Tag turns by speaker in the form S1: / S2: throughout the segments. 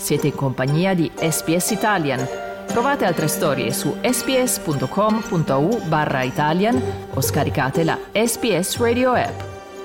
S1: Siete in compagnia di SBS Italian. Trovate altre storie su sbs.com.au/Italian o scaricate la SBS Radio app.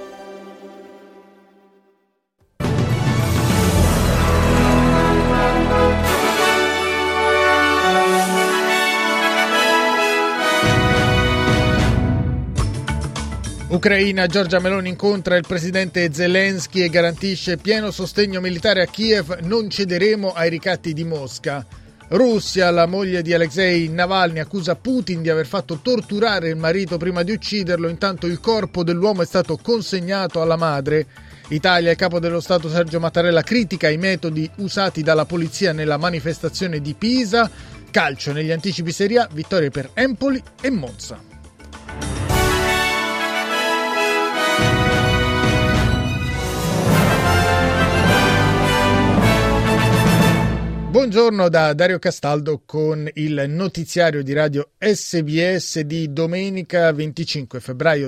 S2: Ucraina, Giorgia Meloni incontra il presidente Zelensky e garantisce pieno sostegno militare a Kiev, non cederemo ai ricatti di Mosca. Russia, la moglie di Alexei Navalny accusa Putin di aver fatto torturare il marito prima di ucciderlo, intanto il corpo dell'uomo è stato consegnato alla madre. Italia, il capo dello Stato Sergio Mattarella critica i metodi usati dalla polizia nella manifestazione di Pisa. Calcio, negli anticipi Serie A, vittorie per Empoli e Monza. Buongiorno da Dario Castaldo con il notiziario di radio SBS di domenica 25 febbraio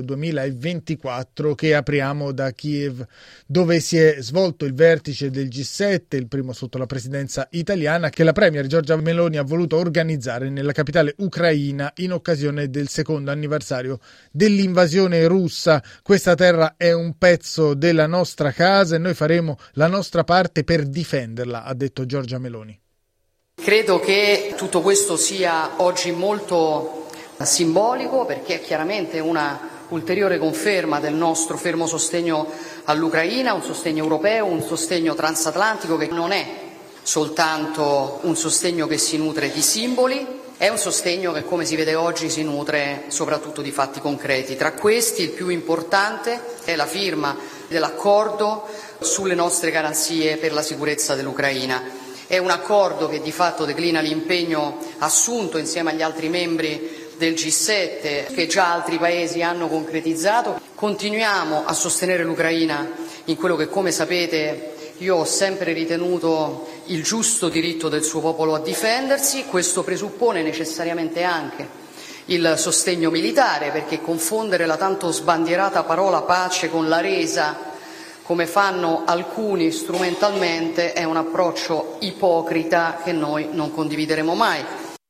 S2: 2024 che apriamo da Kiev, dove si è svolto il vertice del G7, il primo sotto la presidenza italiana, che la premier Giorgia Meloni ha voluto organizzare nella capitale ucraina in occasione del secondo anniversario dell'invasione russa. Questa terra è un pezzo della nostra casa e noi faremo la nostra parte per difenderla, ha detto Giorgia Meloni.
S3: Credo che tutto questo sia oggi molto simbolico, perché è chiaramente una ulteriore conferma del nostro fermo sostegno all'Ucraina, un sostegno europeo, un sostegno transatlantico che non è soltanto un sostegno che si nutre di simboli, è un sostegno che, come si vede oggi, si nutre soprattutto di fatti concreti. Tra questi il più importante è la firma dell'accordo sulle nostre garanzie per la sicurezza dell'Ucraina. È un accordo che di fatto declina l'impegno assunto insieme agli altri membri del G7 che già altri paesi hanno concretizzato. Continuiamo a sostenere l'Ucraina in quello che, come sapete, io ho sempre ritenuto il giusto diritto del suo popolo a difendersi. Questo presuppone necessariamente anche il sostegno militare, perché confondere la tanto sbandierata parola pace con la resa, come fanno alcuni strumentalmente, è un approccio ipocrita che noi non condivideremo mai.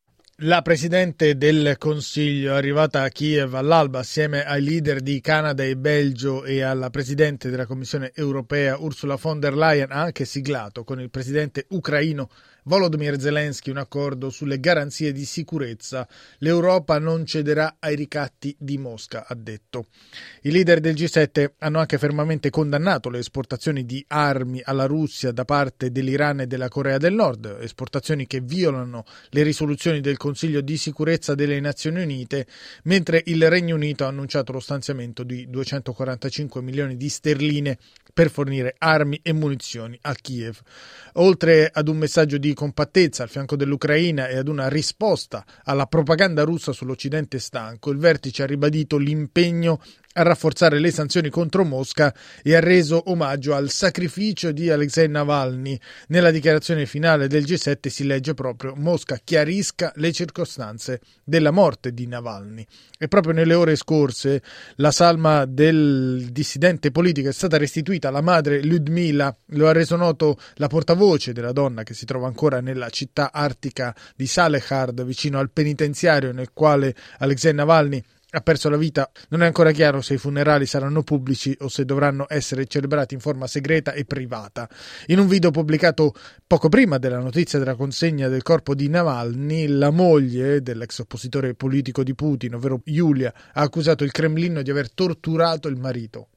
S2: La Presidente del Consiglio è arrivata a Kiev all'alba assieme ai leader di Canada e Belgio e alla Presidente della Commissione Europea Ursula von der Leyen. Ha anche siglato con il Presidente ucraino Volodymyr Zelensky un accordo sulle garanzie di sicurezza. L'Europa non cederà ai ricatti di Mosca, ha detto. I leader del G7 hanno anche fermamente condannato le esportazioni di armi alla Russia da parte dell'Iran e della Corea del Nord, esportazioni che violano le risoluzioni del Consiglio di sicurezza delle Nazioni Unite, mentre il Regno Unito ha annunciato lo stanziamento di 245 milioni di sterline per fornire armi e munizioni a Kiev. Oltre ad un messaggio di compattezza al fianco dell'Ucraina e ad una risposta alla propaganda russa sull'Occidente stanco, il vertice ha ribadito l'impegno a rafforzare le sanzioni contro Mosca e ha reso omaggio al sacrificio di Alexei Navalny. Nella dichiarazione finale del G7 si legge proprio: Mosca chiarisca le circostanze della morte di Navalny. E proprio nelle ore scorse la salma del dissidente politico è stata restituita alla madre Lyudmila. Lo ha reso noto la portavoce della donna, che si trova ancora nella città artica di Salehard, vicino al penitenziario nel quale Alexei Navalny ha perso la vita. Non è ancora chiaro se i funerali saranno pubblici o se dovranno essere celebrati in forma segreta e privata. In un video pubblicato poco prima della notizia della consegna del corpo di Navalny, la moglie dell'ex oppositore politico di Putin, ovvero Yulia, ha accusato il Cremlino di aver torturato il marito.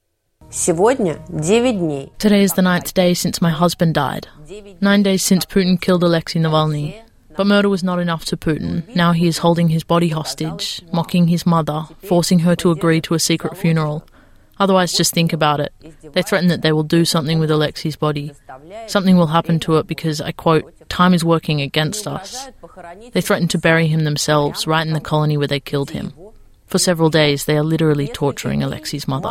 S4: Today is the 9th day since my husband died. 9 days since Putin killed Alexei Navalny. But murder was not enough to Putin. Now he is holding his body hostage, mocking his mother, forcing her to agree to a secret funeral. Otherwise, just think about it. They threaten that they will do something with Alexei's body. Something will happen to it because, I quote, time is working against us. They threaten to bury him themselves right in the colony where they killed him. For several days, they are literally torturing Alexei's mother.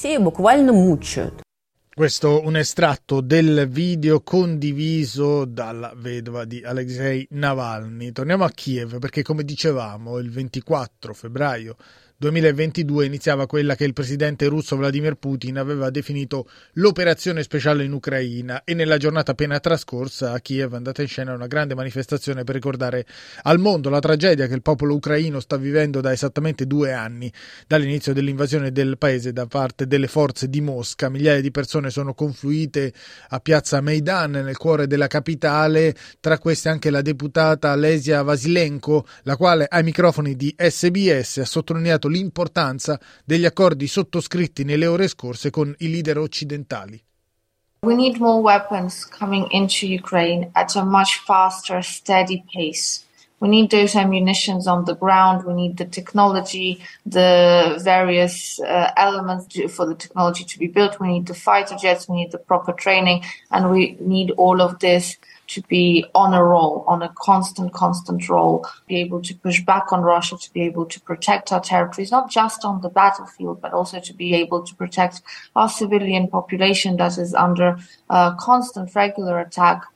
S2: Questo un estratto del video condiviso dalla vedova di Alexei Navalny. Torniamo a Kiev perché, come dicevamo, il 24 febbraio 2022 iniziava quella che il presidente russo Vladimir Putin aveva definito l'operazione speciale in Ucraina, e nella giornata appena trascorsa a Kiev è andata in scena una grande manifestazione per ricordare al mondo la tragedia che il popolo ucraino sta vivendo da esattamente 2 anni, dall'inizio dell'invasione del paese da parte delle forze di Mosca. Migliaia di persone sono confluite a piazza Maidan nel cuore della capitale, tra queste anche la deputata Lesia Vasilenko, la quale ai microfoni di SBS ha sottolineato l'importanza degli accordi sottoscritti nelle ore scorse con i leader occidentali.
S5: We need more weapons coming into Ukraine at a much faster, steady pace. We need those ammunitions on the ground. We need the technology, the various elements for the technology to be built. We need the fighter jets. We need the proper training. And we need all of this to be on a roll, on a constant roll, be able to push back on Russia, to be able to protect our territories, not just on the battlefield, but also to be able to protect our civilian population that is under constant, regular attack.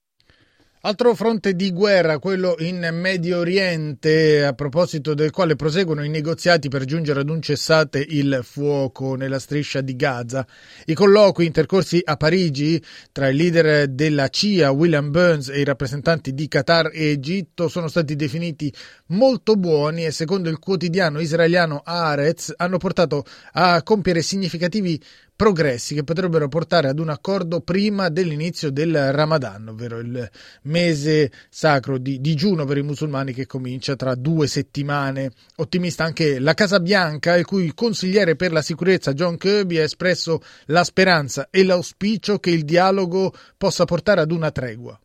S2: Altro fronte di guerra, quello in Medio Oriente, a proposito del quale proseguono i negoziati per giungere ad un cessate il fuoco nella striscia di Gaza. I colloqui intercorsi a Parigi tra il leader della CIA, William Burns, e i rappresentanti di Qatar e Egitto sono stati definiti molto buoni e, secondo il quotidiano israeliano Haaretz, hanno portato a compiere significativi progressi che potrebbero portare ad un accordo prima dell'inizio del Ramadan, ovvero il mese sacro di digiuno per i musulmani che comincia tra 2 settimane. Ottimista anche la Casa Bianca, il cui consigliere per la sicurezza John Kirby ha espresso la speranza e l'auspicio che il dialogo possa portare ad una tregua.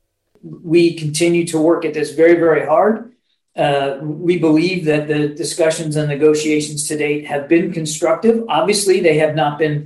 S6: We continue to work at this very, very hard. We believe that the discussions and negotiations to date have been constructive. Obviously, they have not been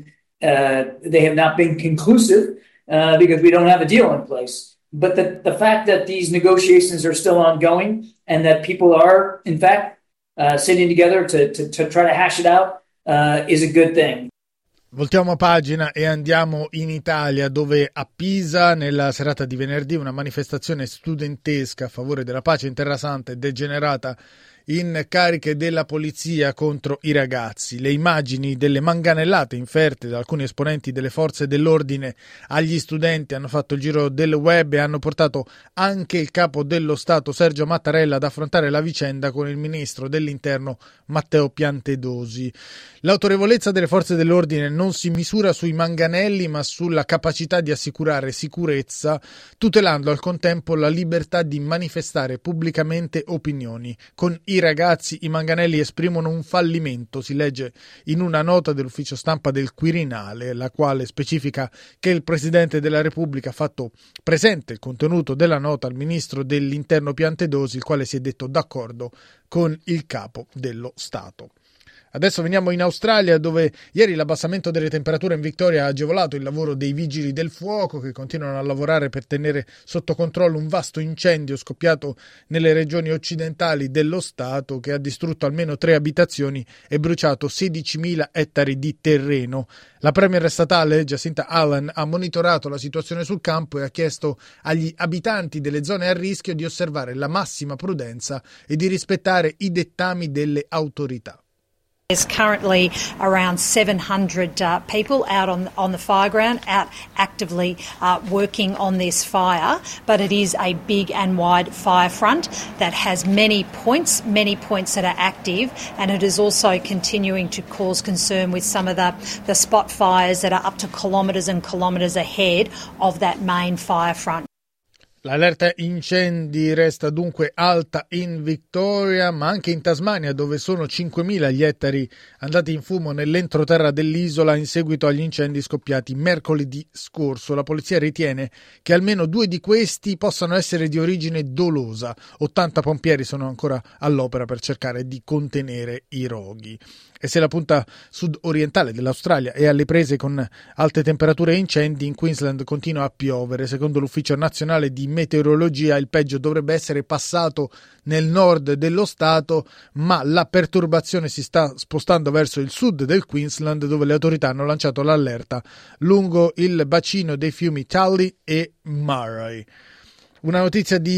S6: conclusive because we don't have a deal in place. But the fact that these negotiations are still ongoing and that people are, in fact, sitting together to try to hash it out is a good thing.
S2: Voltiamo pagina e andiamo in Italia, dove a Pisa nella serata di venerdì una manifestazione studentesca a favore della pace in Terra Santa è degenerata in cariche della polizia contro i ragazzi. Le immagini delle manganellate inferte da alcuni esponenti delle forze dell'ordine agli studenti hanno fatto il giro del web e hanno portato anche il capo dello Stato Sergio Mattarella ad affrontare la vicenda con il ministro dell'Interno Matteo Piantedosi. L'autorevolezza delle forze dell'ordine non si misura sui manganelli, ma sulla capacità di assicurare sicurezza, tutelando al contempo la libertà di manifestare pubblicamente opinioni. Con i ragazzi i manganelli esprimono un fallimento, si legge in una nota dell'ufficio stampa del Quirinale, la quale specifica che il Presidente della Repubblica ha fatto presente il contenuto della nota al Ministro dell'Interno Piantedosi, il quale si è detto d'accordo con il Capo dello Stato. Adesso veniamo in Australia, dove ieri l'abbassamento delle temperature in Victoria ha agevolato il lavoro dei vigili del fuoco, che continuano a lavorare per tenere sotto controllo un vasto incendio scoppiato nelle regioni occidentali dello Stato, che ha distrutto almeno 3 abitazioni e bruciato 16.000 ettari di terreno. La premier statale Jacinta Allen ha monitorato la situazione sul campo e ha chiesto agli abitanti delle zone a rischio di osservare la massima prudenza e di rispettare i dettami delle autorità.
S7: There's currently around 700 people out on the fire ground, out actively working on this fire, but it is a big and wide fire front that has many points that are active, and it is also continuing to cause concern with some of the spot fires that are up to kilometres and kilometres ahead of that main fire front.
S2: L'allerta incendi resta dunque alta in Victoria, ma anche in Tasmania, dove sono 5.000 gli ettari andati in fumo nell'entroterra dell'isola in seguito agli incendi scoppiati mercoledì scorso. La polizia ritiene che almeno 2 di questi possano essere di origine dolosa. 80 pompieri sono ancora all'opera per cercare di contenere i roghi. E se la punta sud-orientale dell'Australia è alle prese con alte temperature e incendi, in Queensland continua a piovere. Secondo l'Ufficio Nazionale di Meteorologia il peggio dovrebbe essere passato nel nord dello stato, ma la perturbazione si sta spostando verso il sud del Queensland, dove le autorità hanno lanciato l'allerta lungo il bacino dei fiumi Tully e Murray. Una notizia di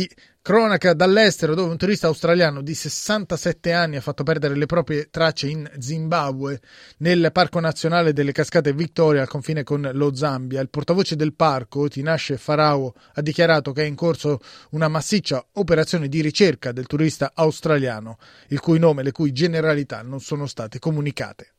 S2: Cronaca dall'estero, dove un turista australiano di 67 anni ha fatto perdere le proprie tracce in Zimbabwe, nel Parco Nazionale delle Cascate Victoria al confine con lo Zambia. Il portavoce del parco, Tinashe Farao, ha dichiarato che è in corso una massiccia operazione di ricerca del turista australiano, il cui nome e le cui generalità non sono state comunicate.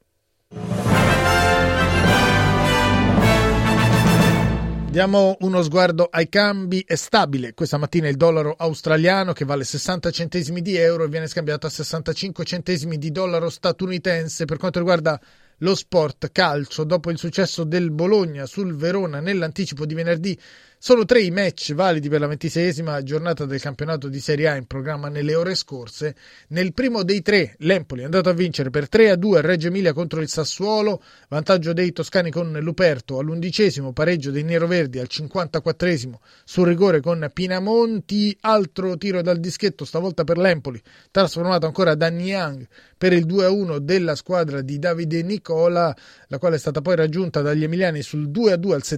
S2: Diamo uno sguardo ai cambi. È stabile questa mattina il dollaro australiano, che vale 60 centesimi di euro e viene scambiato a 65 centesimi di dollaro statunitense. Per quanto riguarda lo sport calcio, dopo il successo del Bologna sul Verona nell'anticipo di venerdì, sono 3 i match validi per la 26esima giornata del campionato di Serie A in programma nelle ore scorse. Nel primo dei 3 l'Empoli è andato a vincere per 3-2 a Reggio Emilia contro il Sassuolo, vantaggio dei toscani con Luperto all'11°, pareggio dei neroverdi al 54° sul rigore con Pinamonti, altro tiro dal dischetto stavolta per l'Empoli, trasformato ancora da Niang per il 2-1 della squadra di Davide Nicola, la quale è stata poi raggiunta dagli emiliani sul 2-2 al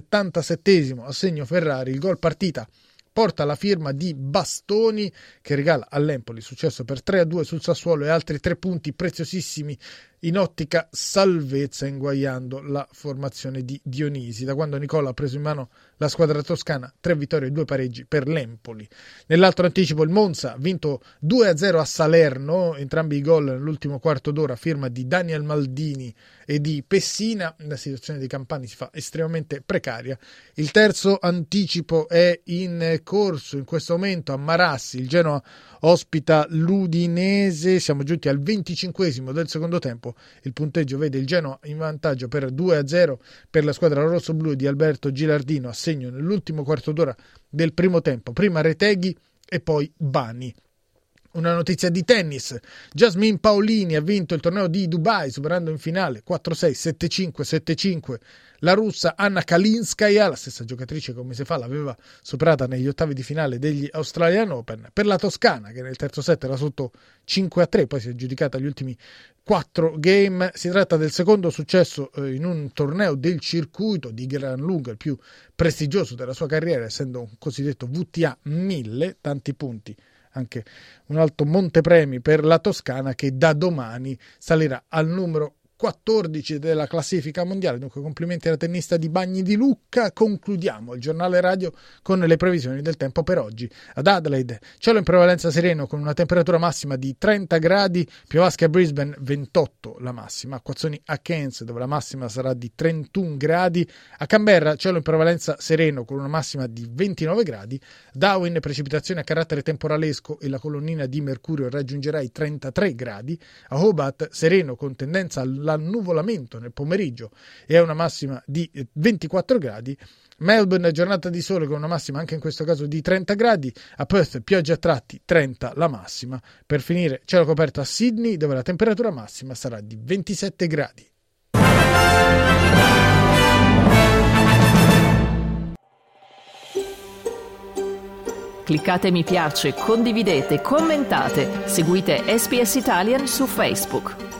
S2: 77° a segno Ferrari. Il gol partita porta la firma di Bastoni, che regala all'Empoli successo per 3-2 sul Sassuolo e altri 3 punti preziosissimi in ottica salvezza, inguaiando la formazione di Dionisi. Da quando Nicola ha preso in mano la squadra toscana, 3 vittorie e 2 pareggi per l'Empoli. Nell'altro anticipo il Monza ha vinto 2-0 a Salerno, entrambi i gol nell'ultimo quarto d'ora, firma di Daniel Maldini e di Pessina. La situazione dei campani si fa estremamente precaria. Il terzo anticipo è in corso in questo momento a Marassi. Il Genoa ospita l'Udinese, siamo giunti al 25° del secondo tempo. Il punteggio vede il Genoa in vantaggio per 2-0 per la squadra rossoblù di Alberto Gilardino, a segno nell'ultimo quarto d'ora del primo tempo, prima Reteghi e poi Bani. Una notizia di tennis: Jasmine Paolini ha vinto il torneo di Dubai superando in finale 4-6, 7-5, 7-5 la russa Anna Kalinskaya, la stessa giocatrice che un mese fa l'aveva superata negli ottavi di finale degli Australian Open. Per la toscana, che nel terzo set era sotto 5-3, poi si è giudicata gli ultimi 4 game. Si tratta del secondo successo in un torneo del circuito di gran lunga, il più prestigioso della sua carriera, essendo un cosiddetto WTA 1000, tanti punti, anche un alto montepremi per la toscana, che da domani salirà al numero 14 della classifica mondiale. Dunque complimenti alla tennista di Bagni di Lucca. Concludiamo il giornale radio con le previsioni del tempo per oggi. Ad Adelaide cielo in prevalenza sereno con una temperatura massima di 30 gradi, piovaschi a Brisbane 28 la massima, acquazzoni a Cairns dove la massima sarà di 31 gradi, a Canberra cielo in prevalenza sereno con una massima di 29 gradi, Darwin precipitazioni a carattere temporalesco e la colonnina di mercurio raggiungerà i 33 gradi, a Hobart sereno con tendenza all'annuvolamento nel pomeriggio e a una massima di 24 gradi, Melbourne giornata di sole con una massima anche in questo caso di 30 gradi, a Perth pioggia a tratti 30 la massima, per finire cielo coperto a Sydney dove la temperatura massima sarà di 27 gradi.
S1: Cliccate mi piace, condividete, commentate, seguite SBS Italian su Facebook.